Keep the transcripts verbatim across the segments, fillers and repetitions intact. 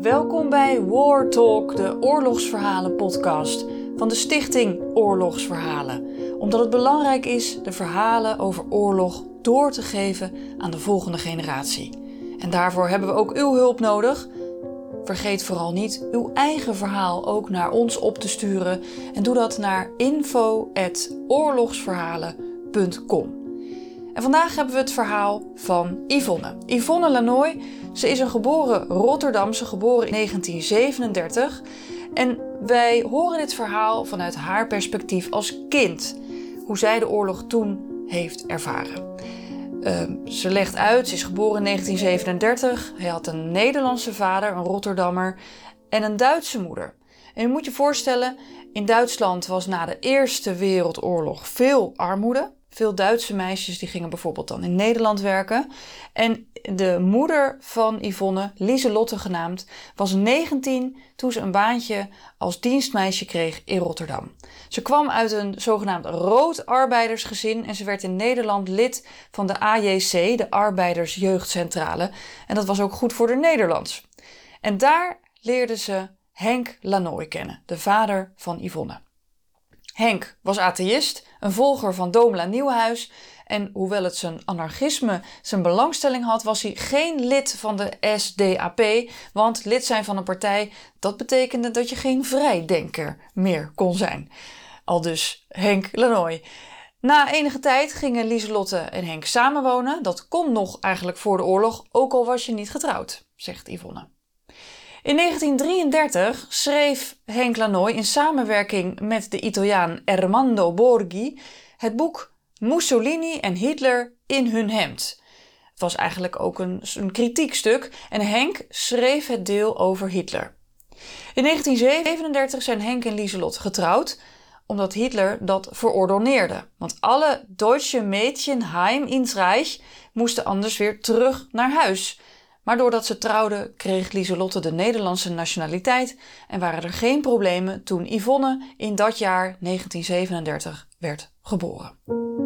Welkom bij War Talk, de oorlogsverhalen podcast van de Stichting Oorlogsverhalen. Omdat het belangrijk is de verhalen over oorlog door te geven aan de volgende generatie. En daarvoor hebben we ook uw hulp nodig. Vergeet vooral niet uw eigen verhaal ook naar ons op te sturen en doe dat naar info at oorlogsverhalen punt com. En vandaag hebben we het verhaal van Yvonne. Yvonne Lanoy, ze is een geboren Rotterdamse, geboren in negentien zevenendertig. En wij horen dit verhaal vanuit haar perspectief als kind. Hoe zij de oorlog toen heeft ervaren. Uh, ze legt uit, ze is geboren in negentien zevenendertig. Hij had een Nederlandse vader, een Rotterdammer, en een Duitse moeder. En je moet je voorstellen, in Duitsland was na de Eerste Wereldoorlog veel armoede. Veel Duitse meisjes die gingen bijvoorbeeld dan in Nederland werken. En de moeder van Yvonne, Lieselotte genaamd, was negentien toen ze een baantje als dienstmeisje kreeg in Rotterdam. Ze kwam uit een zogenaamd rood arbeidersgezin en ze werd in Nederland lid van de A J C, de Arbeidersjeugdcentrale. En dat was ook goed voor de Nederlands. En daar leerde ze Henk Lanoy kennen, de vader van Yvonne. Henk was atheïst, een volger van Domela Nieuwenhuis en hoewel het zijn anarchisme zijn belangstelling had, was hij geen lid van de S D A P, want lid zijn van een partij, dat betekende dat je geen vrijdenker meer kon zijn. Aldus Henk Lanoy. Na enige tijd gingen Lieselotte en Henk samenwonen. Dat kon nog eigenlijk voor de oorlog, ook al was je niet getrouwd, zegt Yvonne. In negentien drieëndertig schreef Henk Lanoy in samenwerking met de Italiaan Ermando Borghi het boek Mussolini en Hitler in hun hemd. Het was eigenlijk ook een, een kritiekstuk en Henk schreef het deel over Hitler. In negentien zevenendertig zijn Henk en Lieselotte getrouwd, omdat Hitler dat verordonneerde. Want alle Deutsche Mädchen heim ins Reich moesten anders weer terug naar huis. Maar doordat ze trouwden kreeg Lieselotte de Nederlandse nationaliteit en waren er geen problemen toen Yvonne in dat jaar negentien zevenendertig werd geboren.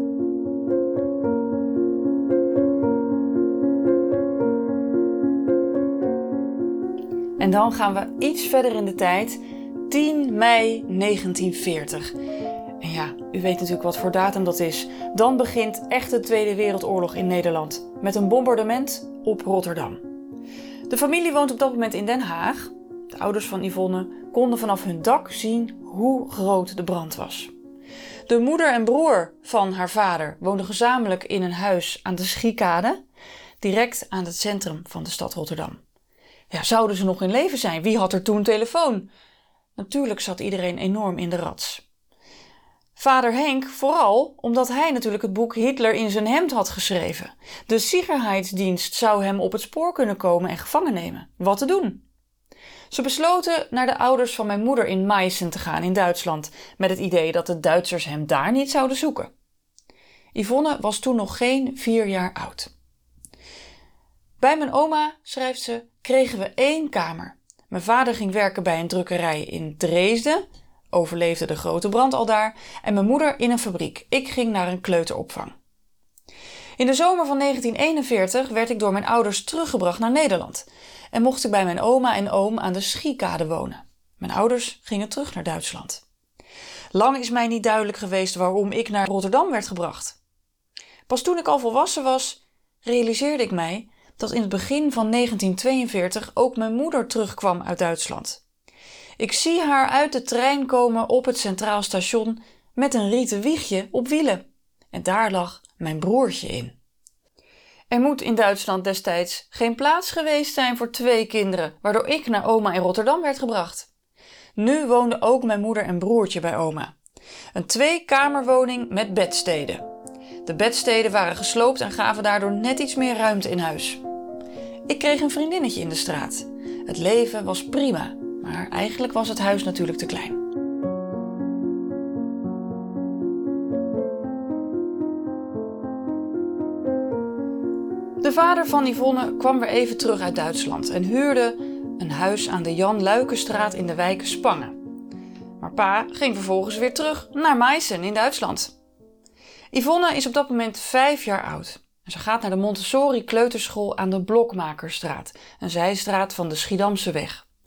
En dan gaan we iets verder in de tijd, tien mei negentien veertig. En ja, u weet natuurlijk wat voor datum dat is. Dan begint echt de Tweede Wereldoorlog in Nederland met een bombardement op Rotterdam. De familie woont op dat moment in Den Haag. De ouders van Yvonne konden vanaf hun dak zien hoe groot de brand was. De moeder en broer van haar vader woonden gezamenlijk in een huis aan de Schiekade, direct aan het centrum van de stad Rotterdam. Ja, zouden ze nog in leven zijn? Wie had er toen telefoon? Natuurlijk zat iedereen enorm in de rats. Vader Henk vooral omdat hij natuurlijk het boek Hitler in zijn hemd had geschreven. De Sicherheidsdienst zou hem op het spoor kunnen komen en gevangen nemen. Wat te doen? Ze besloten naar de ouders van mijn moeder in Meissen te gaan in Duitsland, met het idee dat de Duitsers hem daar niet zouden zoeken. Yvonne was toen nog geen vier jaar oud. Bij mijn oma, schrijft ze, kregen we één kamer. Mijn vader ging werken bij een drukkerij in Dresden, overleefde de grote brand al daar, en mijn moeder in een fabriek. Ik ging naar een kleuteropvang. In de zomer van negentien eenenveertig werd ik door mijn ouders teruggebracht naar Nederland en mocht ik bij mijn oma en oom aan de Schiekade wonen. Mijn ouders gingen terug naar Duitsland. Lang is mij niet duidelijk geweest waarom ik naar Rotterdam werd gebracht. Pas toen ik al volwassen was, realiseerde ik mij dat in het begin van negentien tweeënveertig ook mijn moeder terugkwam uit Duitsland. Ik zie haar uit de trein komen op het Centraal Station met een rieten wiegje op wielen. En daar lag mijn broertje in. Er moet in Duitsland destijds geen plaats geweest zijn voor twee kinderen, waardoor ik naar oma in Rotterdam werd gebracht. Nu woonden ook mijn moeder en broertje bij oma. Een tweekamerwoning met bedsteden. De bedsteden waren gesloopt en gaven daardoor net iets meer ruimte in huis. Ik kreeg een vriendinnetje in de straat. Het leven was prima. Maar eigenlijk was het huis natuurlijk te klein. De vader van Yvonne kwam weer even terug uit Duitsland en huurde een huis aan de Jan Luikenstraat in de wijk Spangen. Maar pa ging vervolgens weer terug naar Meissen in Duitsland. Yvonne is op dat moment vijf jaar oud. Ze gaat naar de Montessori kleuterschool aan de Blokmakerstraat, een zijstraat van de Schiedamseweg.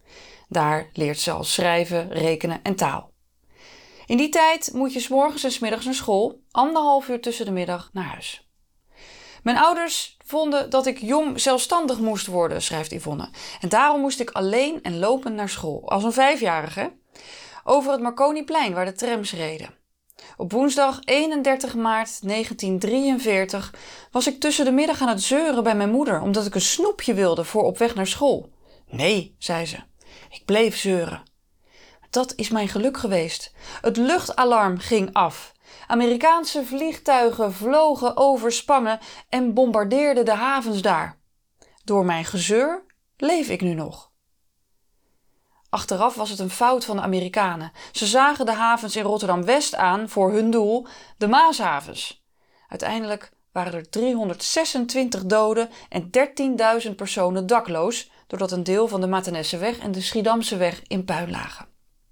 Daar leert ze al schrijven, rekenen en taal. In die tijd moet je 's morgens en 's middags naar school, anderhalf uur tussen de middag naar huis. Mijn ouders vonden dat ik jong zelfstandig moest worden, schrijft Yvonne. En daarom moest ik alleen en lopend naar school, als een vijfjarige, over het Marconiplein waar de trams reden. Op woensdag eenendertig maart negentien drieënveertig was ik tussen de middag aan het zeuren bij mijn moeder, omdat ik een snoepje wilde voor op weg naar school. Nee, zei ze. Ik bleef zeuren. Dat is mijn geluk geweest. Het luchtalarm ging af. Amerikaanse vliegtuigen vlogen over Spangen en bombardeerden de havens daar. Door mijn gezeur leef ik nu nog. Achteraf was het een fout van de Amerikanen. Ze zagen de havens in Rotterdam-West aan voor hun doel, de Maashavens. Uiteindelijk waren er driehonderdzesentwintig doden en dertienduizend personen dakloos, doordat een deel van de Mathenesseweg en de Schiedamseweg in puin lagen.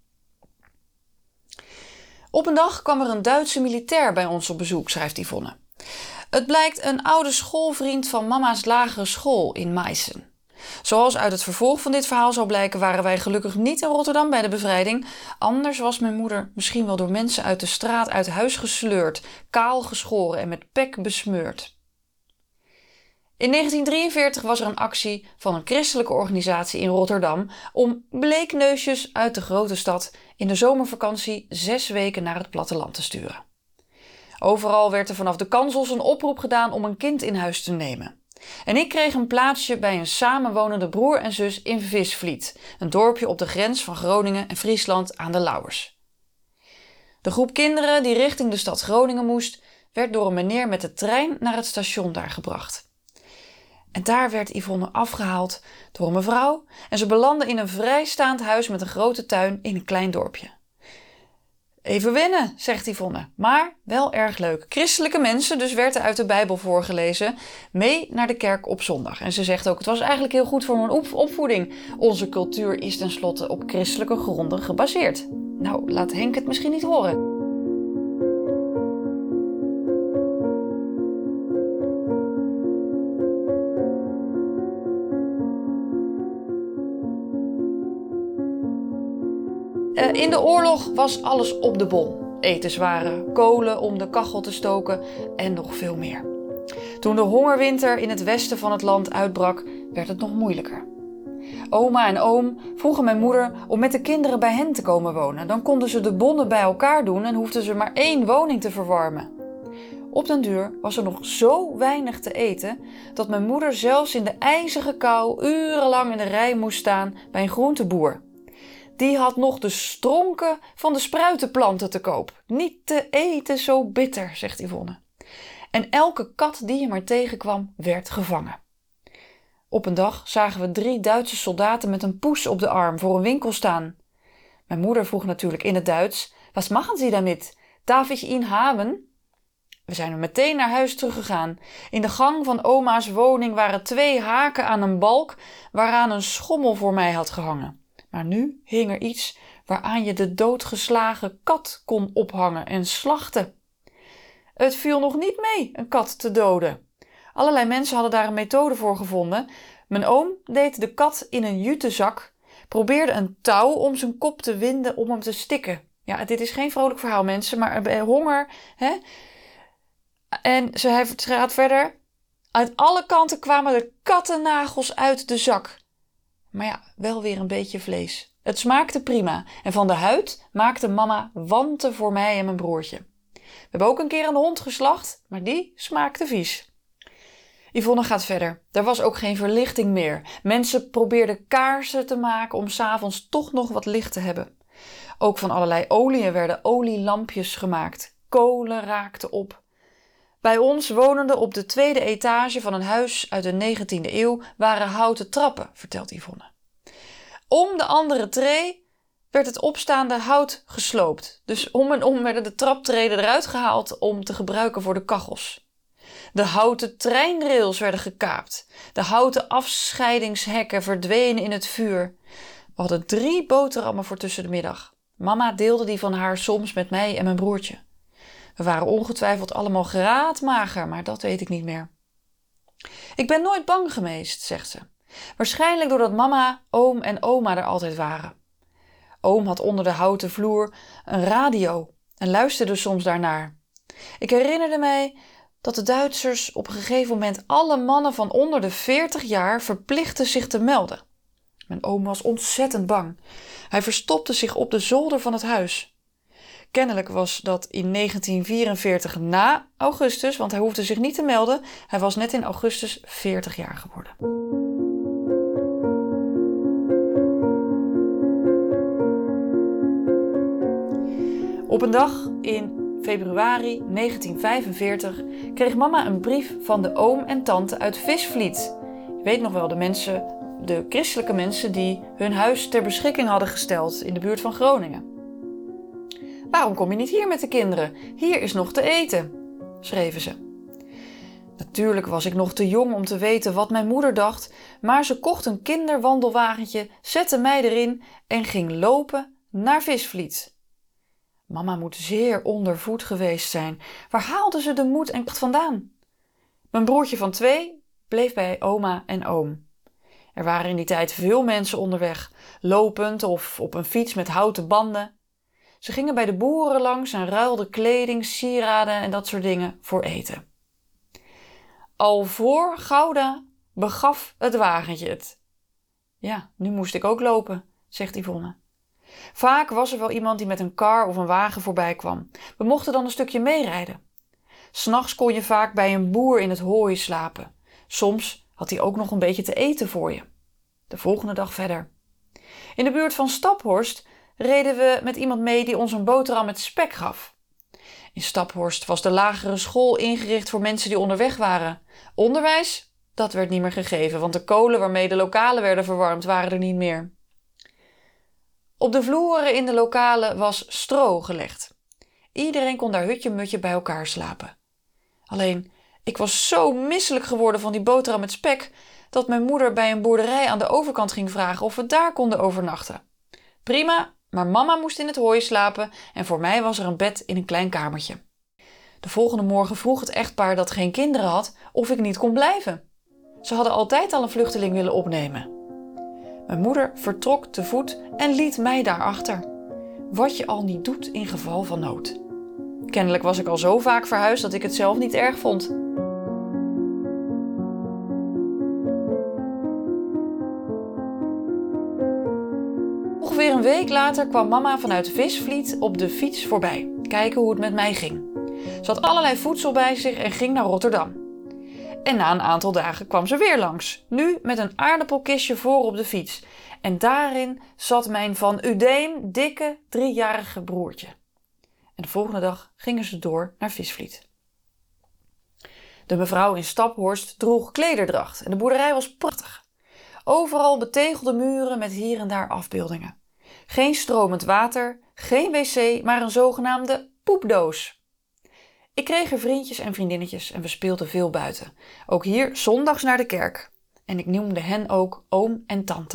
Op een dag kwam er een Duitse militair bij ons op bezoek, schrijft Yvonne. Het blijkt een oude schoolvriend van mama's lagere school in Meissen. Zoals uit het vervolg van dit verhaal zou blijken, waren wij gelukkig niet in Rotterdam bij de bevrijding. Anders was mijn moeder misschien wel door mensen uit de straat uit huis gesleurd, kaal geschoren en met pek besmeurd. In negentien drieënveertig was er een actie van een christelijke organisatie in Rotterdam om bleekneusjes uit de grote stad in de zomervakantie zes weken naar het platteland te sturen. Overal werd er vanaf de kansels een oproep gedaan om een kind in huis te nemen. En ik kreeg een plaatsje bij een samenwonende broer en zus in Visvliet, een dorpje op de grens van Groningen en Friesland aan de Lauwers. De groep kinderen die richting de stad Groningen moest, werd door een meneer met de trein naar het station daar gebracht. En daar werd Yvonne afgehaald door een mevrouw en ze belandde in een vrijstaand huis met een grote tuin in een klein dorpje. Even wennen, zegt Yvonne, maar wel erg leuk. Christelijke mensen, dus werd er uit de Bijbel voorgelezen, mee naar de kerk op zondag. En ze zegt ook, het was eigenlijk heel goed voor mijn op- opvoeding. Onze cultuur is tenslotte op christelijke gronden gebaseerd. Nou, laat Henk het misschien niet horen. In de oorlog was alles op de bon. Etenswaren, kolen om de kachel te stoken en nog veel meer. Toen de hongerwinter in het westen van het land uitbrak, werd het nog moeilijker. Oma en oom vroegen mijn moeder om met de kinderen bij hen te komen wonen. Dan konden ze de bonnen bij elkaar doen en hoefden ze maar één woning te verwarmen. Op den duur was er nog zo weinig te eten dat mijn moeder zelfs in de ijzige kou urenlang in de rij moest staan bij een groenteboer. Die had nog de stronken van de spruitenplanten te koop. Niet te eten, zo bitter, zegt Yvonne. En elke kat die je maar tegenkwam, werd gevangen. Op een dag zagen we drie Duitse soldaten met een poes op de arm voor een winkel staan. Mijn moeder vroeg natuurlijk in het Duits, wat machen Sie damit? Darf ich ihn haben? We zijn er meteen naar huis teruggegaan. In de gang van oma's woning waren twee haken aan een balk waaraan een schommel voor mij had gehangen. Maar nu hing er iets waaraan je de doodgeslagen kat kon ophangen en slachten. Het viel nog niet mee een kat te doden. Allerlei mensen hadden daar een methode voor gevonden. Mijn oom deed de kat in een jutezak, probeerde een touw om zijn kop te winden om hem te stikken. Ja, dit is geen vrolijk verhaal, mensen, maar bij honger. Hè? En ze gaat verder. Uit alle kanten kwamen de kattennagels uit de zak. Maar ja, wel weer een beetje vlees. Het smaakte prima en van de huid maakte mama wanten voor mij en mijn broertje. We hebben ook een keer een hond geslacht, maar die smaakte vies. Yvonne gaat verder. Er was ook geen verlichting meer. Mensen probeerden kaarsen te maken om 's avonds toch nog wat licht te hebben. Ook van allerlei oliën werden olielampjes gemaakt. Kolen raakten op. Bij ons wonende op de tweede etage van een huis uit de negentiende eeuw waren houten trappen, vertelt Yvonne. Om de andere tree werd het opstaande hout gesloopt. Dus om en om werden de traptreden eruit gehaald om te gebruiken voor de kachels. De houten treinrails werden gekaapt. De houten afscheidingshekken verdwenen in het vuur. We hadden drie boterhammen voor tussen de middag. Mama deelde die van haar soms met mij en mijn broertje. We waren ongetwijfeld allemaal graadmager, maar dat weet ik niet meer. Ik ben nooit bang geweest, zegt ze. Waarschijnlijk doordat mama, oom en oma er altijd waren. Oom had onder de houten vloer een radio en luisterde soms daarnaar. Ik herinnerde mij dat de Duitsers op een gegeven moment alle mannen van onder de veertig jaar verplichtten zich te melden. Mijn oom was ontzettend bang. Hij verstopte zich op de zolder van het huis. Kennelijk was dat in negentien vierenveertig na augustus, want hij hoefde zich niet te melden. Hij was net in augustus veertig jaar geworden. Op een dag in februari negentien vijfenveertig kreeg mama een brief van de oom en tante uit Visvliet. Je weet nog wel, de mensen, de christelijke mensen die hun huis ter beschikking hadden gesteld in de buurt van Groningen. Waarom kom je niet hier met de kinderen? Hier is nog te eten, schreven ze. Natuurlijk was ik nog te jong om te weten wat mijn moeder dacht, maar ze kocht een kinderwandelwagentje, zette mij erin en ging lopen naar Visvliet. Mama moet zeer ondervoed geweest zijn. Waar haalde ze de moed en kracht vandaan? Mijn broertje van twee bleef bij oma en oom. Er waren in die tijd veel mensen onderweg, lopend of op een fiets met houten banden. Ze gingen bij de boeren langs en ruilden kleding, sieraden en dat soort dingen voor eten. Al voor Gouda begaf het wagentje het. Ja, nu moest ik ook lopen, zegt Yvonne. Vaak was er wel iemand die met een kar of een wagen voorbij kwam. We mochten dan een stukje meerijden. 'S Nachts kon je vaak bij een boer in het hooi slapen. Soms had hij ook nog een beetje te eten voor je. De volgende dag verder. In de buurt van Staphorst reden we met iemand mee die ons een boterham met spek gaf. In Staphorst was de lagere school ingericht voor mensen die onderweg waren. Onderwijs? Dat werd niet meer gegeven, want de kolen waarmee de lokalen werden verwarmd waren er niet meer. Op de vloeren in de lokalen was stro gelegd. Iedereen kon daar hutje-mutje bij elkaar slapen. Alleen, ik was zo misselijk geworden van die boterham met spek dat mijn moeder bij een boerderij aan de overkant ging vragen of we daar konden overnachten. Prima, maar mama moest in het hooi slapen en voor mij was er een bed in een klein kamertje. De volgende morgen vroeg het echtpaar dat geen kinderen had of ik niet kon blijven. Ze hadden altijd al een vluchteling willen opnemen. Mijn moeder vertrok te voet en liet mij daarachter. Wat je al niet doet in geval van nood. Kennelijk was ik al zo vaak verhuisd dat ik het zelf niet erg vond. Ongeveer een week later kwam mama vanuit Visvliet op de fiets voorbij, kijken hoe het met mij ging. Ze had allerlei voedsel bij zich en ging naar Rotterdam. En na een aantal dagen kwam ze weer langs, nu met een aardappelkistje voor op de fiets. En daarin zat mijn van Udeem dikke driejarige broertje. En de volgende dag gingen ze door naar Visvliet. De mevrouw in Staphorst droeg klederdracht en de boerderij was prachtig. Overal betegelde muren met hier en daar afbeeldingen. Geen stromend water, geen wc, maar een zogenaamde poepdoos. Ik kreeg er vriendjes en vriendinnetjes en we speelden veel buiten. Ook hier zondags naar de kerk. En ik noemde hen ook oom en tante.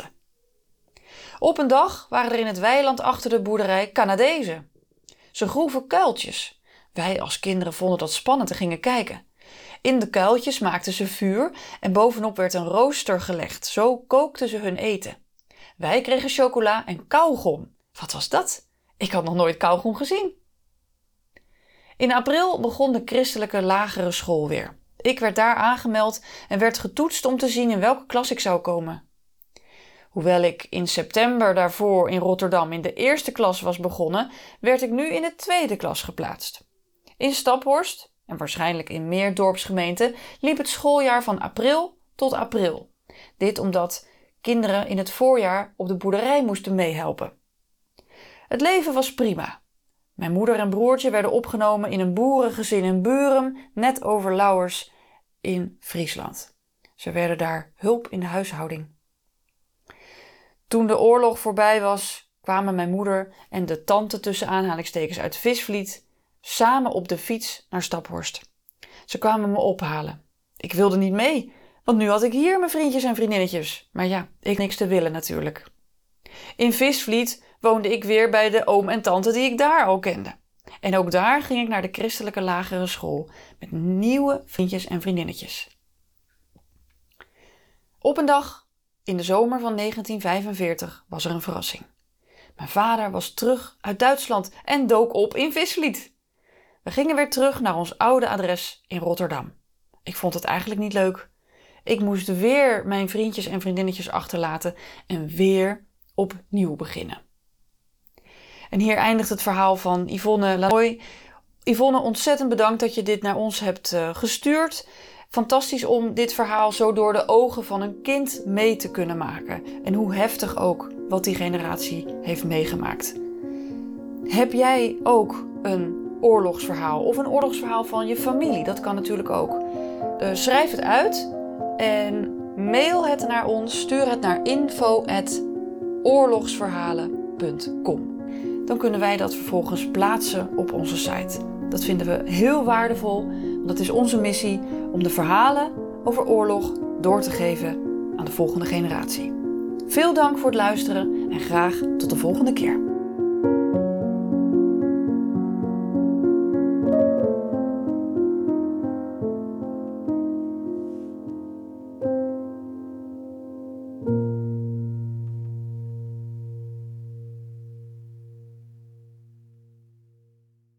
Op een dag waren er in het weiland achter de boerderij Canadezen. Ze groeven kuiltjes. Wij als kinderen vonden dat spannend en gingen kijken. In de kuiltjes maakten ze vuur en bovenop werd een rooster gelegd. Zo kookten ze hun eten. Wij kregen chocola en kauwgom. Wat was dat? Ik had nog nooit kauwgom gezien. In april begon de christelijke lagere school weer. Ik werd daar aangemeld en werd getoetst om te zien in welke klas ik zou komen. Hoewel ik in september daarvoor in Rotterdam in de eerste klas was begonnen, werd ik nu in de tweede klas geplaatst. In Staphorst, en waarschijnlijk in meer dorpsgemeenten, liep het schooljaar van april tot april. Dit omdat kinderen in het voorjaar op de boerderij moesten meehelpen. Het leven was prima. Mijn moeder en broertje werden opgenomen in een boerengezin in Burum, net over Lauwers in Friesland. Ze werden daar hulp in de huishouding. Toen de oorlog voorbij was, kwamen mijn moeder en de tante tussen aanhalingstekens uit Visvliet samen op de fiets naar Staphorst. Ze kwamen me ophalen. Ik wilde niet mee, want nu had ik hier mijn vriendjes en vriendinnetjes. Maar ja, ik niks te willen natuurlijk. In Visvliet woonde ik weer bij de oom en tante die ik daar al kende. En ook daar ging ik naar de christelijke lagere school met nieuwe vriendjes en vriendinnetjes. Op een dag In de zomer van negentien vijfenveertig was er een verrassing. Mijn vader was terug uit Duitsland en dook op in Visvliet. We gingen weer terug naar ons oude adres in Rotterdam. Ik vond het eigenlijk niet leuk. Ik moest weer mijn vriendjes en vriendinnetjes achterlaten en weer opnieuw beginnen. En hier eindigt het verhaal van Yvonne Lanoy. Yvonne, ontzettend bedankt dat je dit naar ons hebt uh, gestuurd. Fantastisch om dit verhaal zo door de ogen van een kind mee te kunnen maken. En hoe heftig ook wat die generatie heeft meegemaakt. Heb jij ook een oorlogsverhaal of een oorlogsverhaal van je familie? Dat kan natuurlijk ook. Uh, schrijf het uit en mail het naar ons. Stuur het naar info at oorlogsverhalen punt com. Dan kunnen wij dat vervolgens plaatsen op onze site. Dat vinden we heel waardevol, want het is onze missie om de verhalen over oorlog door te geven aan de volgende generatie. Veel dank voor het luisteren en graag tot de volgende keer.